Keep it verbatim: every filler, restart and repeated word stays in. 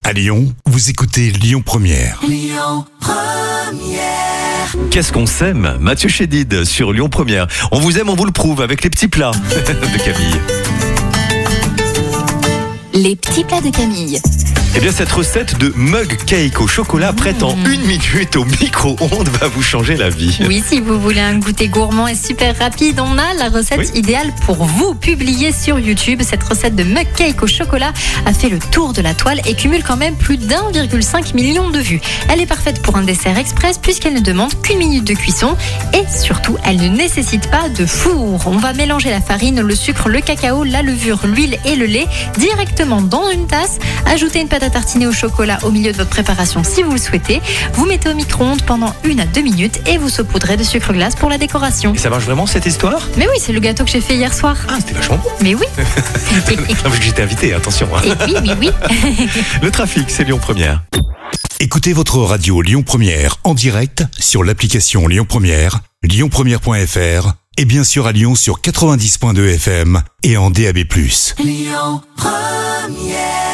À Lyon, vous écoutez Lyon Première. Lyon Première. Qu'est-ce qu'on s'aime, Mathieu Chédid sur Lyon Première. On vous aime, on vous le prouve avec les petits plats de Camille. Les petits plats de Camille. Eh bien, cette recette de mug cake au chocolat prête en une minute au micro-ondes va vous changer la vie. Oui, si vous voulez un goûter gourmand et super rapide, on a la recette Oui. idéale pour vous. Publiée sur YouTube, cette recette de mug cake au chocolat a fait le tour de la toile et cumule quand même plus d'un virgule cinq million de vues. Elle est parfaite pour un dessert express puisqu'elle ne demande qu'une minute de cuisson et surtout, elle ne nécessite pas de four. On va mélanger la farine, le sucre, le cacao, la levure, l'huile et le lait directement dans une tasse. Ajouter une pâte à tartiner au chocolat au milieu de votre préparation si vous le souhaitez. Vous mettez au micro-ondes pendant une à deux minutes et vous saupoudrez de sucre glace pour la décoration. Et ça marche vraiment cette histoire? Mais oui, c'est le gâteau que j'ai fait hier soir. Ah, c'était vachement bon. Mais oui. Non, parce que j'étais invité, attention. hein. Et oui, oui, oui. Le trafic, c'est Lyon Première. Écoutez votre radio Lyon Première en direct sur l'application Lyon Première, lyon première point f r et bien sûr à Lyon sur quatre-vingt-dix virgule deux F M et en D A B plus. Lyon Première.